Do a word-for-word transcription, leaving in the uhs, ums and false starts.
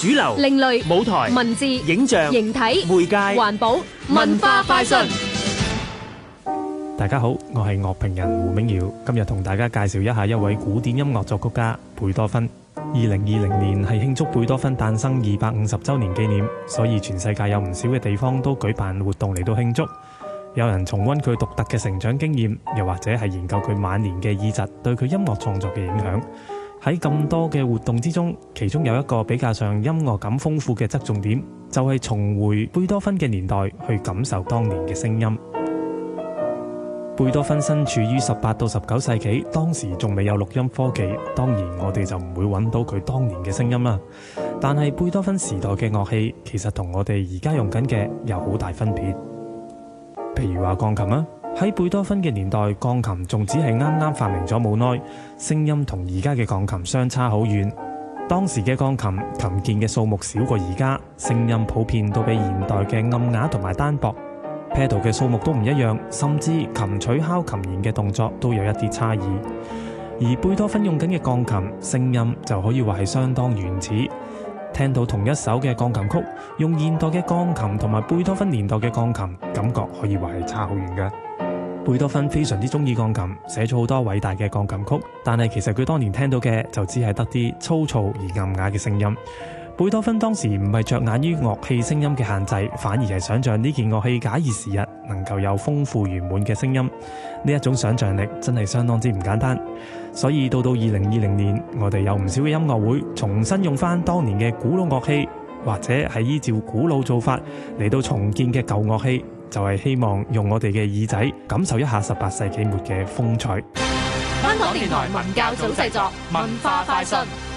主流、 另類舞台、 文字、 影像、 形體、 媒介、 環保、文化快訊。 大家好，我係樂評人胡銘堯，今日同大家介紹一下一位古典音樂作曲家貝多芬。二零二零年係慶祝貝多芬誕生二百五十週年紀念，所以全世界有唔少嘅地方都舉辦活動嚟到慶祝。有人重溫佢獨特嘅成長經驗，又或者係研究佢晚年嘅耳疾對佢音樂創作嘅影響。喺咁多嘅活動之中，其中有一個比較上音樂感豐富嘅側重點，就係重回貝多芬嘅年代，去感受當年嘅聲音。貝多芬身處於十八到十九世紀，當時仲未有錄音科技，當然我哋就唔會揾到佢當年嘅聲音啦。但係貝多芬時代嘅樂器其實同我哋而家用緊嘅有好大分別。譬如話鋼琴啊，喺貝多芬嘅年代，鋼琴仲只係啱啱發明咗冇耐，聲音同而家嘅鋼琴相差好遠。當時嘅鋼琴琴鍵嘅數目少過而家，聲音普遍都比現代嘅暗啞同埋單薄。pedal 嘅數目都唔一樣，甚至琴取敲琴弦嘅動作都有一啲差異。而貝多芬用緊嘅鋼琴聲音就可以話係相當原始。聽到同一首嘅鋼琴曲，用現代嘅鋼琴同埋貝多芬年代嘅鋼琴，感覺可以話係差好遠嘅。貝多芬非常之中意鋼琴，寫咗好多偉大嘅鋼琴曲，但係其實佢當年聽到嘅就只係得啲粗糙而暗啞嘅聲音。貝多芬當時唔係着眼於樂器聲音嘅限制，反而係想像呢件樂器假以時日能夠有豐富圓滿嘅聲音。呢一種想像力真係相當之唔簡單。所以到到二零二零年，我哋有唔少嘅音樂會重新用翻當年嘅古老樂器，或者係依照古老做法嚟到重建嘅舊樂器，就係希望用我哋嘅耳仔感受一下十八世紀末嘅風采。 香港電台文教組製作，文化快訊。